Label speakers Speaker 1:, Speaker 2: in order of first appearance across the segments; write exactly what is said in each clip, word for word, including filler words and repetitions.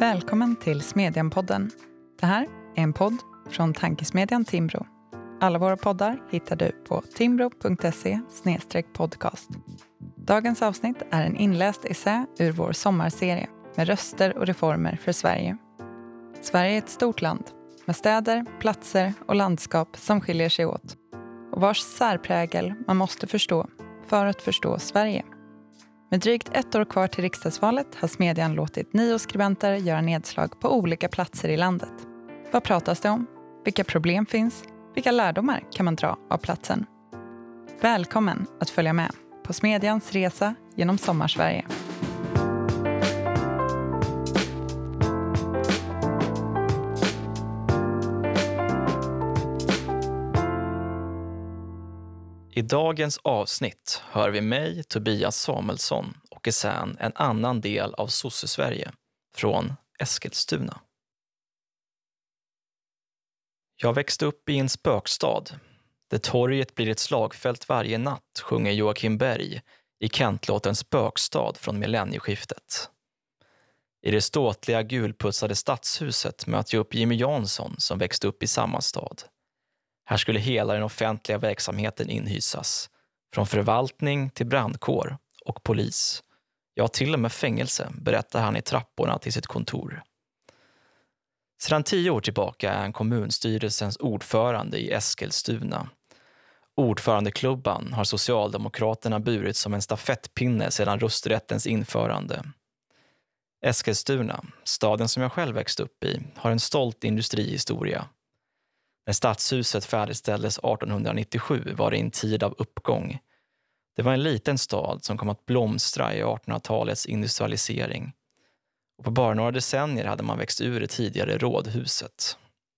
Speaker 1: Välkommen till Smedjan-podden. Det här är en podd från Tankesmedjan Timbro. Alla våra poddar hittar du på timbro punkt se slash podcast. Dagens avsnitt är en inläst essä ur vår sommarserie med röster och reformer för Sverige. Sverige är ett stort land med städer, platser och landskap som skiljer sig åt och vars särprägel man måste förstå för att förstå Sverige. Med drygt ett år kvar till riksdagsvalet har Smedjan låtit nio skribenter göra nedslag på olika platser i landet. Vad pratas det om? Vilka problem finns? Vilka lärdomar kan man dra av platsen? Välkommen att följa med på Smedjans resa genom Sommarsverige.
Speaker 2: I dagens avsnitt hör vi mig, Tobias Samuelsson, och essän En annan del av Sosse-Sverige från Eskilstuna. Jag växte upp i en spökstad. Där torget blir ett slagfält varje natt, sjunger Joakim Berg i Kentlåten Spökstad från millennieskiftet. I det ståtliga gulputsade stadshuset möter jag upp Jimmy Jansson som växte upp i samma stad. Här skulle hela den offentliga verksamheten inhysas. Från förvaltning till brandkår och polis. Ja, till och med fängelse, berättar han i trapporna till sitt kontor. Sedan tio år tillbaka är han kommunstyrelsens ordförande i Eskilstuna. Ordförandeklubban har Socialdemokraterna burit som en stafettpinne sedan rösträttens införande. Eskilstuna, staden som jag själv växte upp i, har en stolt industrihistoria. När stadshuset färdigställdes artonhundranittiosju var det en tid av uppgång. Det var en liten stad som kom att blomstra i artonhundratalets industrialisering. Och på bara några decennier hade man växt ur det tidigare rådhuset.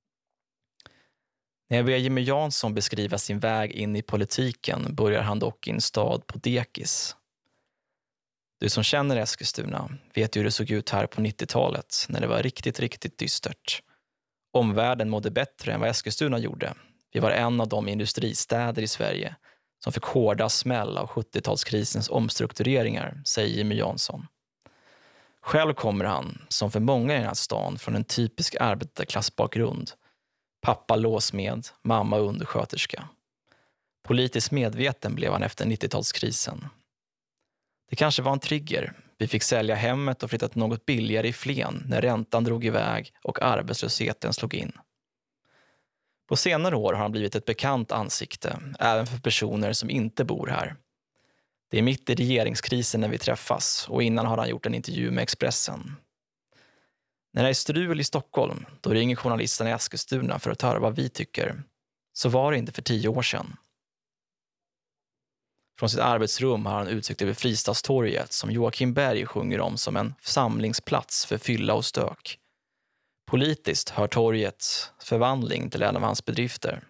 Speaker 2: När jag ber Jimmy Jansson beskriva sin väg in i politiken börjar han dock i en stad på dekis. Du som känner Eskilstuna vet ju hur det såg ut här på nittiotalet när det var riktigt, riktigt dystert. Omvärlden mådde bättre än vad Eskilstuna gjorde. Vi var en av de industristäder i Sverige som fick hårda smäll av sjuttiotalskrisens omstruktureringar, säger Jimmy Jansson. Själv kommer han, som för många i den här stan, från en typisk arbetarklassbakgrund. Pappa låsmed, mamma undersköterska. Politiskt medveten blev han efter nittiotalskrisen. Det kanske var en trigger. Vi fick sälja hemmet och flytta till något billigare i Flen när räntan drog iväg och arbetslösheten slog in. På senare år har han blivit ett bekant ansikte, även för personer som inte bor här. Det är mitt i regeringskrisen när vi träffas och innan har han gjort en intervju med Expressen. När det är strul i Stockholm, då ringer journalisterna i Eskilstuna för att höra vad vi tycker. Så var det inte för tio år sedan. Från sitt arbetsrum har han utsikt över Fristadstorget som Joakim Berg sjunger om som en samlingsplats för fylla och stök. Politiskt hör torgets förvandling till en av hans bedrifter.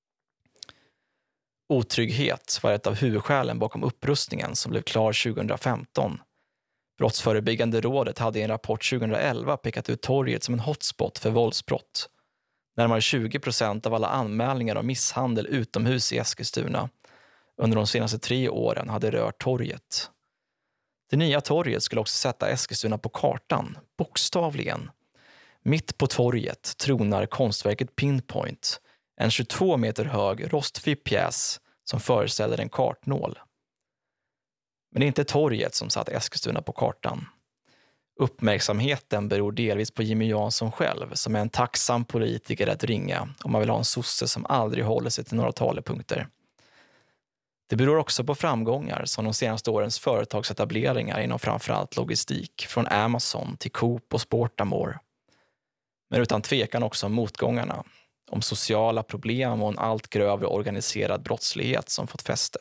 Speaker 2: Otrygghet var ett av huvudskälen bakom upprustningen som blev klar tjugohundrafemton. Brottsförebyggande rådet hade i en rapport tjugohundraelva pekat ut torget som en hotspot för våldsbrott. Närmare tjugo procent av alla anmälningar om misshandel utomhus i Eskilstuna under de senaste tre åren hade rört torget. Det nya torget skulle också sätta Eskilstuna på kartan, bokstavligen. Mitt på torget tronar konstverket Pinpoint, en tjugotvå meter hög rostfri pjäs som föreställer en kartnål. Men det är inte torget som satt Eskilstuna på kartan. Uppmärksamheten beror delvis på Jimmy Jansson själv som är en tacksam politiker att ringa om man vill ha en sosse som aldrig håller sig till några talepunkter. Det beror också på framgångar som de senaste årens företagsetableringar inom framförallt logistik från Amazon till Coop och Sportamore. Men utan tvekan också om motgångarna, om sociala problem och en allt grövre organiserad brottslighet som fått fäste.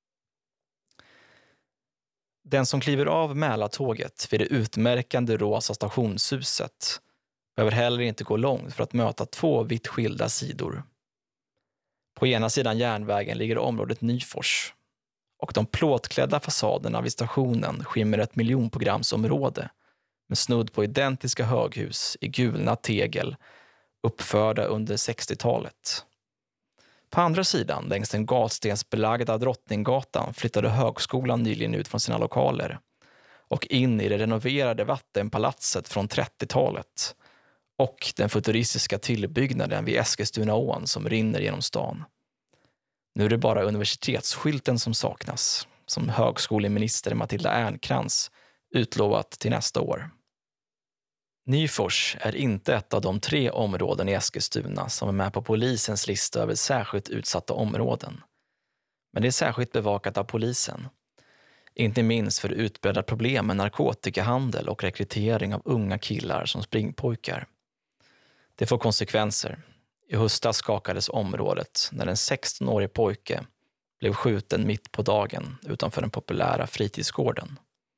Speaker 2: Den som kliver av Mälartåget vid det utmärkande rosa stationshuset behöver heller inte gå långt för att möta två vitt skilda sidor. På ena sidan järnvägen ligger området Nyfors och de plåtklädda fasaderna vid stationen skymmer ett miljonprogramsområde med snudd på identiska höghus i gulna tegel uppförda under sextiotalet. På andra sidan, längs den gatstensbelagda Drottninggatan, flyttade högskolan nyligen ut från sina lokaler och in i det renoverade vattenpalatset från trettiotalet och den futuristiska tillbyggnaden vid Eskilstunaån som rinner genom stan. Nu är det bara universitetsskylten som saknas, som högskoleminister Matilda Ernkrans utlovat till nästa år. Nyfors är inte ett av de tre områden i Eskilstuna som är med på polisens lista över särskilt utsatta områden. Men det är särskilt bevakat av polisen. Inte minst för utbredda problem med narkotikahandel och rekrytering av unga killar som springpojkar. Det får konsekvenser. I höstas skakades området när en sexton-årig pojke blev skjuten mitt på dagen utanför den populära fritidsgården.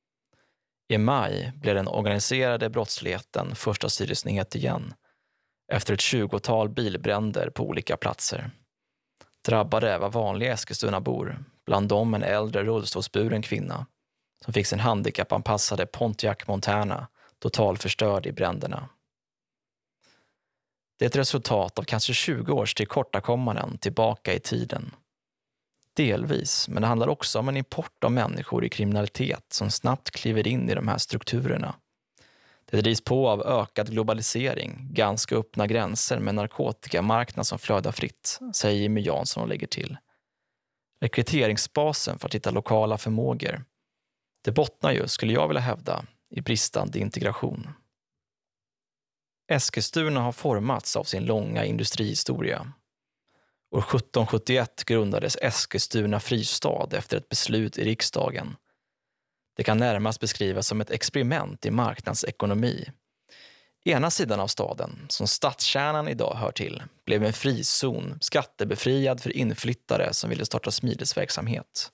Speaker 2: I maj blev den organiserade brottsligheten första sidesnyhet igen efter ett tjugotal bilbränder på olika platser. Drabbade var vanliga Eskilstunabor, bland dem en äldre rullstolsburen kvinna som fick sin handikappanpassade Pontiac Montana totalförstörd i bränderna. Det är ett resultat av kanske tjugo års tillkortakommanden tillbaka i tiden. Delvis, men det handlar också om en import av människor i kriminalitet som snabbt kliver in i de här strukturerna. Det drivs på av ökad globalisering, ganska öppna gränser med narkotikamarknad som flödar fritt, säger Jimmy Jansson och lägger till. Rekryteringsbasen för att hitta lokala förmågor. Det bottnar ju, skulle jag vilja hävda, i bristande integration. Eskilstuna har formats av sin långa industrihistoria. År sjutton sjuttioett grundades Eskilstuna fristad efter ett beslut i riksdagen. Det kan närmast beskrivas som ett experiment i marknadsekonomi. Ena sidan av staden, som stadskärnan idag hör till, blev en frizon skattebefriad för inflyttare som ville starta smidesverksamhet.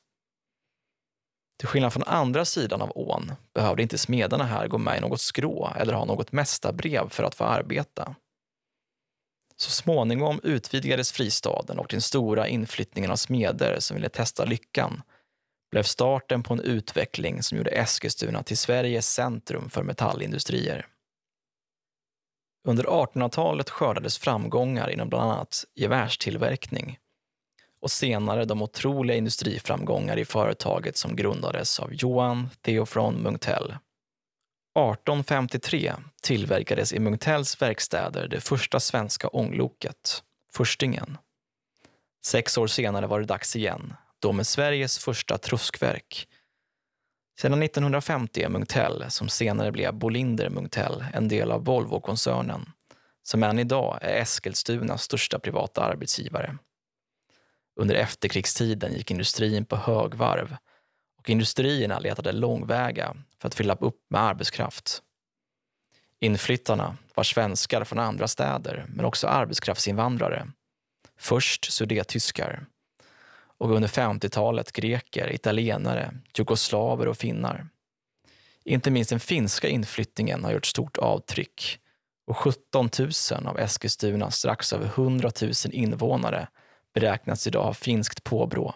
Speaker 2: Till skillnad från andra sidan av ån behövde inte smedarna här gå med i något skrå eller ha något mästarbrev för att få arbeta. Så småningom utvidgades fristaden och den stora inflyttningen av smeder som ville testa lyckan blev starten på en utveckling som gjorde Eskilstuna till Sveriges centrum för metallindustrier. Under artonhundratalet skördades framgångar inom bland annat gevärstillverkning och senare de otroliga industriframgångar i företaget som grundades av Johan Theofron Munktell. arton femtiotre tillverkades i Munktells verkstäder det första svenska ångloket, Förstingen. Sex år senare var det dags igen, då med Sveriges första truskverk. Sedan nittonhundrafemtio är Munktell, som senare blev Bolinder Munktell, en del av Volvo-koncernen, som än idag är Eskilstunas största privata arbetsgivare. Under efterkrigstiden gick industrin på högvarv och industrierna letade långväga för att fylla upp med arbetskraft. Inflyttarna var svenskar från andra städer men också arbetskraftsinvandrare. Först sudettyskar och under femtiotalet greker, italienare, jugoslaver och finnar. Inte minst den finska inflyttningen har gjort stort avtryck och sjutton tusen av Eskilstunas strax över hundra tusen invånare beräknas idag ha finskt påbrå.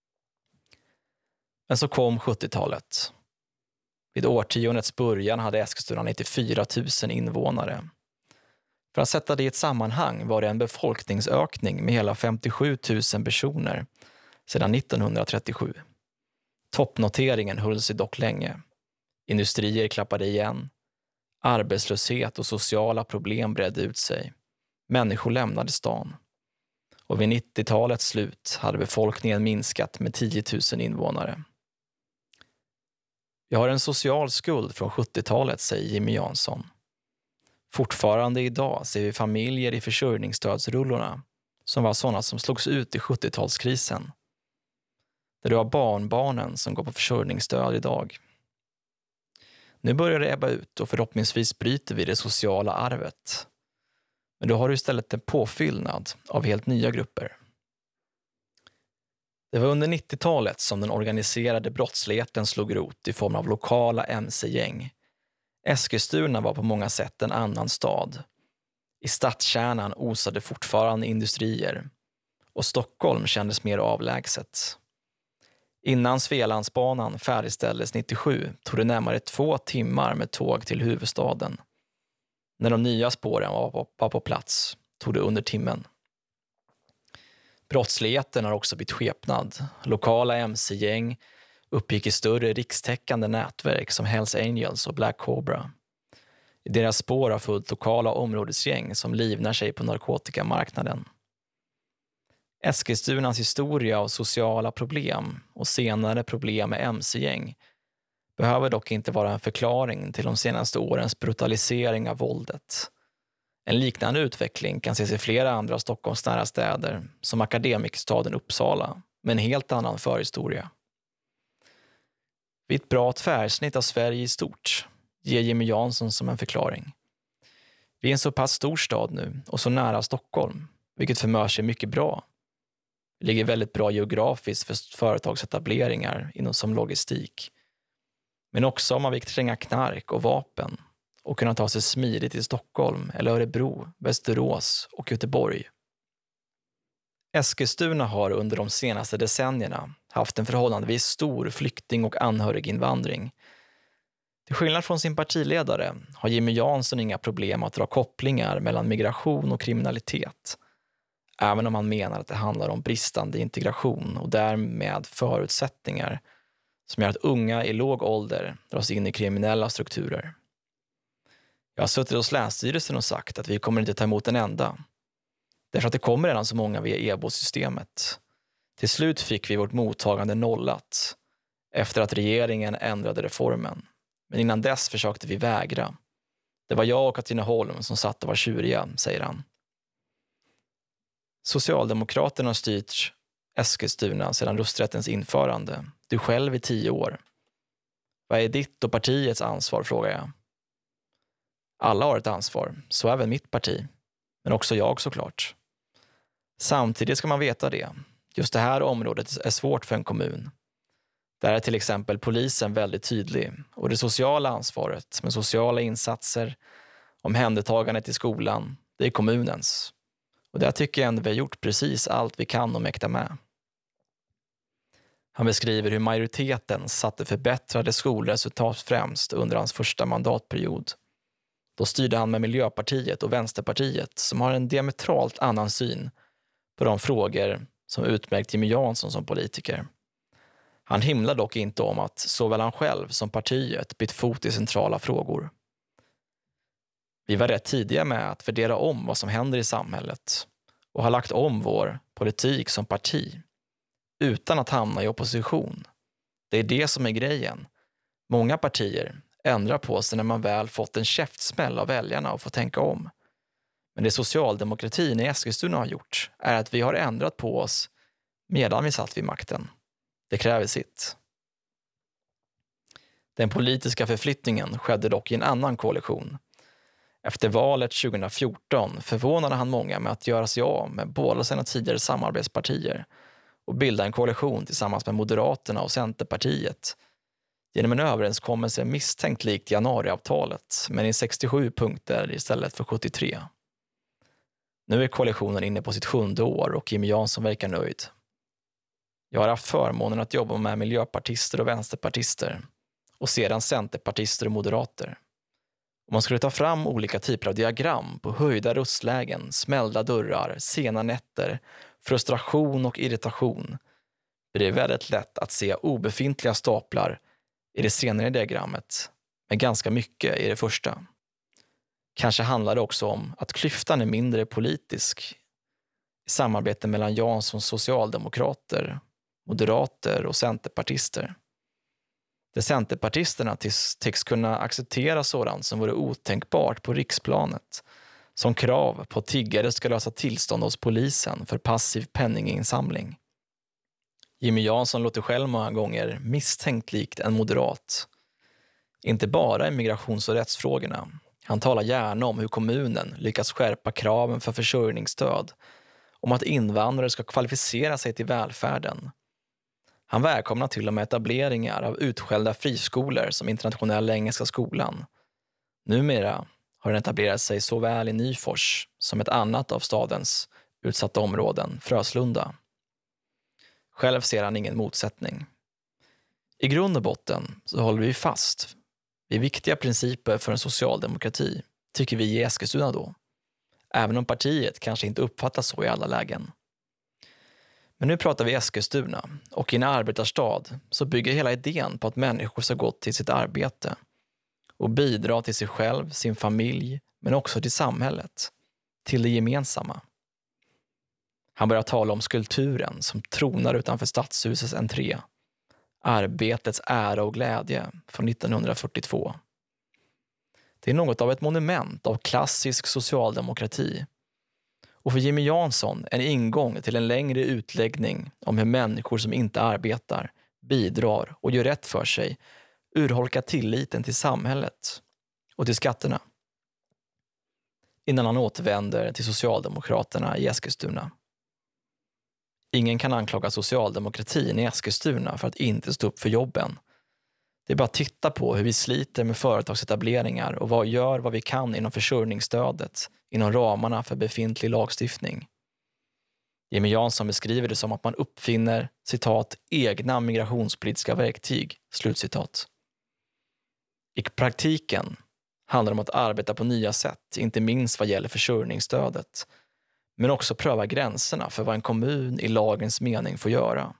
Speaker 2: Men så kom sjuttiotalet. Vid årtiondets början hade Eskilstuna nittiofyra tusen invånare. För att sätta det i ett sammanhang var det en befolkningsökning med hela femtiosju tusen personer sedan nittonhundratrettiosju. Toppnoteringen höll sig dock länge. Industrier klappade igen. Arbetslöshet och sociala problem bredde ut sig. Människor lämnade stan. Och vid nittiotalets slut hade befolkningen minskat med tio tusen invånare. Vi har en social skuld från sjuttiotalet, säger Jimmy Jansson. Fortfarande idag ser vi familjer i försörjningsstödsrullorna som var sådana som slogs ut i sjuttiotalskrisen. Där du har barnbarnen som går på försörjningsstöd idag. Nu börjar det ebba ut och förhoppningsvis bryter vi det sociala arvet. Men då har du istället en påfyllnad av helt nya grupper. Det var under nittiotalet som den organiserade brottsligheten slog rot i form av lokala M C-gäng. Eskilstuna var på många sätt en annan stad. I stadskärnan osade fortfarande industrier och Stockholm kändes mer avlägset. Innan Svealandsbanan färdigställdes nittiosju tog det närmare två timmar med tåg till huvudstaden. När de nya spåren var på, var på plats tog det under timmen. Brottsligheten har också bytt skepnad. Lokala M C-gäng uppgick i större rikstäckande nätverk som Hells Angels och Black Cobra. I deras spår har fullt lokala områdesgäng som livnär sig på narkotikamarknaden. Eskilstunas historia av sociala problem och senare problem med M C-gäng behöver dock inte vara en förklaring till de senaste årens brutalisering av våldet. En liknande utveckling kan ses i flera andra Stockholms nära städer, som akademikerstaden Uppsala, med en helt annan förhistoria. Vid ett bra tvärsnitt av Sverige i stort ger Jimmy Jansson som en förklaring. Vi är en så pass stor stad nu och så nära Stockholm, vilket förmör sig mycket bra. Vi ligger väldigt bra geografiskt för företagsetableringar inom som logistik. Men också om man vill tränga knark och vapen och kunna ta sig smidigt till Stockholm eller Örebro, Västerås och Göteborg. Eskilstuna har under de senaste decennierna haft en förhållandevis stor flykting- och anhöriginvandring. Till skillnad från sin partiledare har Jimmy Jansson inga problem att dra kopplingar mellan migration och kriminalitet. Även om han menar att det handlar om bristande integration och därmed förutsättningar som gör att unga i låg ålder dras in i kriminella strukturer. Jag har suttit hos Länsstyrelsen och sagt att vi kommer inte ta emot en enda. Därför att det kommer redan så många via E B O-systemet. Till slut fick vi vårt mottagande nollat efter att regeringen ändrade reformen. Men innan dess försökte vi vägra. Det var jag och Katrineholm som satt och var tjuriga, säger han. Socialdemokraterna har styrt Eskilstuna sedan rösträttens införande. Du själv i tio år. Vad är ditt och partiets ansvar, frågar jag. Alla har ett ansvar, så även mitt parti. Men också jag såklart. Samtidigt ska man veta det. Just det här området är svårt för en kommun. Där är till exempel polisen väldigt tydlig. Och det sociala ansvaret med sociala insatser, omhändertagandet i skolan, det är kommunens. Och där tycker jag ändå vi har gjort precis allt vi kan och mäkta med. Han beskriver hur majoriteten satte förbättrade skolresultat främst under hans första mandatperiod. Då styrde han med Miljöpartiet och Vänsterpartiet som har en diametralt annan syn på de frågor som utmärkt Jimmy Jansson som politiker. Han himlar dock inte om att såväl han själv som partiet bytt fot i centrala frågor. Vi var rätt tidiga med att värdera om vad som händer i samhället och har lagt om vår politik som parti utan att hamna i opposition. Det är det som är grejen. Många partier ändrar på sig när man väl fått en käftsmäll av väljarna och får tänka om. Men det socialdemokratin i Eskilstuna har gjort är att vi har ändrat på oss medan vi satt vid makten. Det kräver sitt. Den politiska förflyttningen skedde dock i en annan koalition. Efter valet tjugo fjorton förvånade han många med att göra sig av med båda sina tidigare samarbetspartier och bilda en koalition tillsammans med Moderaterna och Centerpartiet genom en överenskommelse misstänkt likt januariavtalet, men i sextiosju punkter istället för sjuttiotre. Nu är koalitionen inne på sitt sjunde år och Jimmy Jansson verkar nöjd. Jag har haft förmånen att jobba med miljöpartister och vänsterpartister och sedan centerpartister och moderater. Om man skulle ta fram olika typer av diagram på höjda röstlägen, smällda dörrar, sena nätter, frustration och irritation blir det väldigt lätt att se obefintliga staplar i det senare diagrammet, men ganska mycket i det första. Kanske handlar det också om att klyftan är mindre politisk i samarbete mellan Janssons socialdemokrater, moderater och centerpartister. Där centerpartisterna tycks kunna acceptera sådant som vore otänkbart på riksplanet, som krav på att tiggare ska lösa tillstånd hos polisen för passiv penninginsamling. Jimmy Jansson låter själv många gånger misstänkt likt en moderat. Inte bara i migrations- och rättsfrågorna. Han talar gärna om hur kommunen lyckas skärpa kraven för försörjningsstöd, om att invandrare ska kvalificera sig till välfärden. Han välkomnar till och med etableringar av utskällda friskolor som Internationella Engelska skolan. Numera har den etablerat sig såväl i Nyfors som ett annat av stadens utsatta områden, Fröslunda. Själv ser han ingen motsättning. I grund och botten så håller vi fast vid viktiga principer för en socialdemokrati, tycker vi i Eskilstuna då. Även om partiet kanske inte uppfattas så i alla lägen. Men nu pratar vi Eskilstuna, och i en arbetarstad så bygger hela idén på att människor ska gå till sitt arbete och bidra till sig själv, sin familj, men också till samhället, till det gemensamma. Han börjar tala om skulpturen som tronar utanför stadshusets entré, arbetets ära och glädje från nittonhundrafyrtiotvå. Det är något av ett monument av klassisk socialdemokrati. Och för Jimmy Jansson en ingång till en längre utläggning om hur människor som inte arbetar, bidrar och gör rätt för sig urholkar tilliten till samhället och till skatterna. Innan han återvänder till Socialdemokraterna i Eskilstuna. Ingen kan anklaga socialdemokratin i Eskilstuna för att inte stå upp för jobben. Det är bara att titta på hur vi sliter med företagsetableringar och vad gör vad vi kan inom försörjningsstödet, inom ramarna för befintlig lagstiftning. Jimmy Jansson beskriver det som att man uppfinner, citat, egna migrationspolitiska verktyg, slutcitat. I praktiken handlar det om att arbeta på nya sätt, inte minst vad gäller försörjningsstödet, men också pröva gränserna för vad en kommun i lagens mening får göra.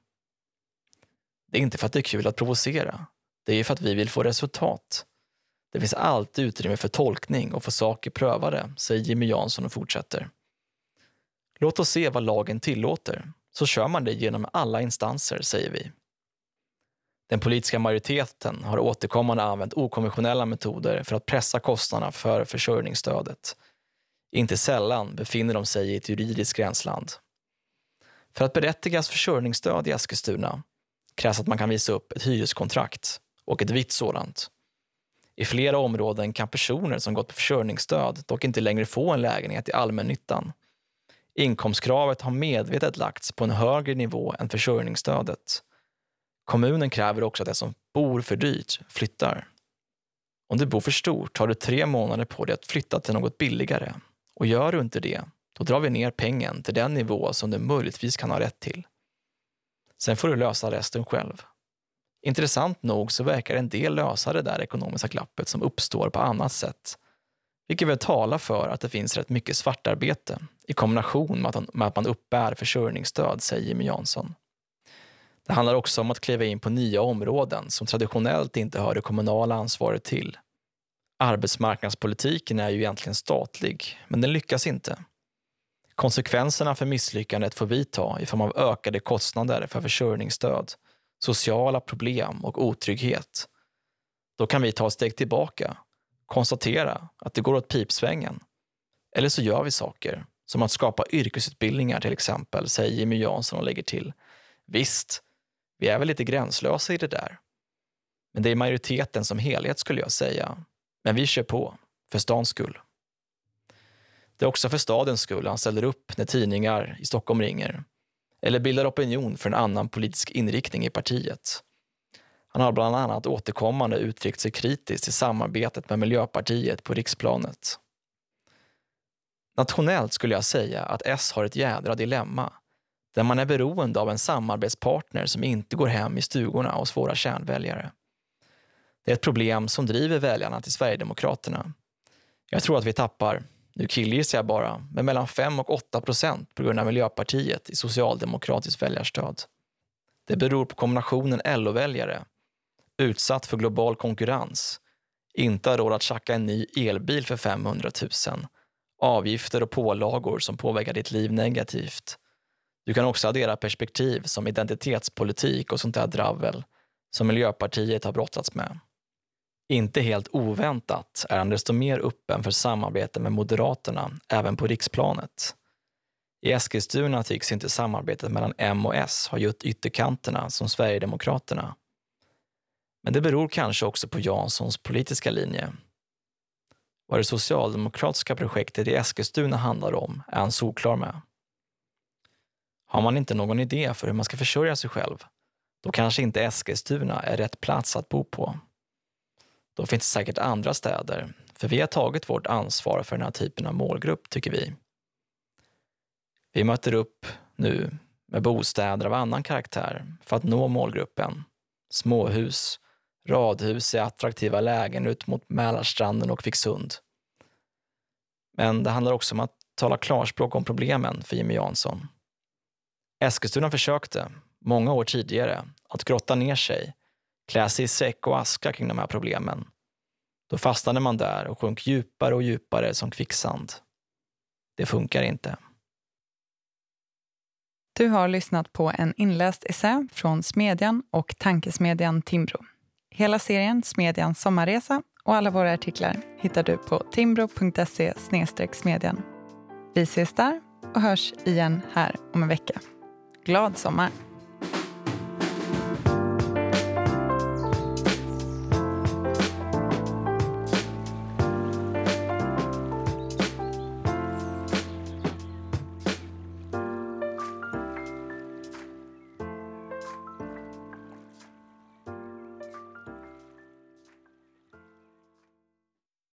Speaker 2: Det är inte för att det är kul att provocera. Det är för att vi vill få resultat. Det finns alltid utrymme för tolkning och få saker prövade, säger Jimmy Jansson och fortsätter. Låt oss se vad lagen tillåter, så kör man det genom alla instanser, säger vi. Den politiska majoriteten har återkommande använt okonventionella metoder för att pressa kostnaderna för försörjningsstödet. Inte sällan befinner de sig i ett juridiskt gränsland. För att berättigas försörjningsstöd i Eskilstuna krävs att man kan visa upp ett hyreskontrakt och ett vitt sådant. I flera områden kan personer som gått på försörjningsstöd dock inte längre få en lägenhet i allmännyttan. Inkomstkravet har medvetet lagts på en högre nivå än försörjningsstödet. Kommunen kräver också att den som bor för dyrt flyttar. Om du bor för stort har du tre månader på dig att flytta till något billigare. Och gör du inte det, då drar vi ner pengen till den nivå som du möjligtvis kan ha rätt till. Sen får du lösa resten själv. Intressant nog så verkar en del lösa det där ekonomiska glappet som uppstår på annat sätt. Vilket väl talar för att det finns rätt mycket svartarbete i kombination med att, med att man uppbär försörjningsstöd, säger Jimmy Jansson. Det handlar också om att kliva in på nya områden som traditionellt inte hör det kommunala ansvaret till. Arbetsmarknadspolitiken är ju egentligen statlig, men den lyckas inte. Konsekvenserna för misslyckandet får vi ta i form av ökade kostnader för försörjningsstöd, sociala problem och otrygghet. Då kan vi ta ett steg tillbaka, konstatera att det går åt pipsvängen. Eller så gör vi saker, som att skapa yrkesutbildningar till exempel, säger Jimmy Jansson och lägger till. Visst, vi är väl lite gränslösa i det där. Men det är majoriteten som helhet skulle jag säga. Men vi kör på, för stans skull. Det är också för stadens skull han ställer upp när tidningar i Stockholm ringer. Eller bildar opinion för en annan politisk inriktning i partiet. Han har bland annat återkommande uttryckt sig kritiskt till samarbetet med Miljöpartiet på riksplanet. Nationellt skulle jag säga att S har ett jädra dilemma. Där man är beroende av en samarbetspartner som inte går hem i stugorna hos våra kärnväljare. Det är ett problem som driver väljarna till Sverigedemokraterna. Jag tror att vi tappar, nu killgissar jag bara, med mellan fem och åtta procent på grund av Miljöpartiet i socialdemokratisk väljarstöd. Det beror på kombinationen L O-väljare, utsatt för global konkurrens, inte har råd att tjacka en ny elbil för femhundratusen, avgifter och pålagor som påverkar ditt liv negativt. Du kan också addera perspektiv som identitetspolitik och sånt där dravel som Miljöpartiet har brottats med. Inte helt oväntat är han desto mer öppen för samarbete med Moderaterna även på riksplanet. I Eskilstuna tycks inte samarbetet mellan M och S ha gjort ytterkanterna som Sverigedemokraterna. Men det beror kanske också på Janssons politiska linje. Vad det socialdemokratiska projektet i Eskilstuna handlar om är han solklar med. Har man inte någon idé för hur man ska försörja sig själv, då kanske inte Eskilstuna är rätt plats att bo på. Då finns det säkert andra städer, för vi har tagit vårt ansvar för den här typen av målgrupp, tycker vi. Vi möter upp nu med bostäder av annan karaktär för att nå målgruppen. Småhus, radhus i attraktiva lägen ut mot Mälarstranden och Kvicksund. Men det handlar också om att tala klarspråk om problemen för Jimmy Jansson. Eskilstuna försökte, många år tidigare, att grotta ner sig, klä sig i säck och aska kring de här problemen. Då fastnade man där och sjönk djupare och djupare som kvicksand. Det funkar inte.
Speaker 1: Du har lyssnat på en inläst essä från Smedjan och tankesmedjan Timbro. Hela serien Smedjans sommarresa och alla våra artiklar hittar du på timbro punkt se snedstreck smedjan. Vi ses där och hörs igen här om en vecka. Glad sommar!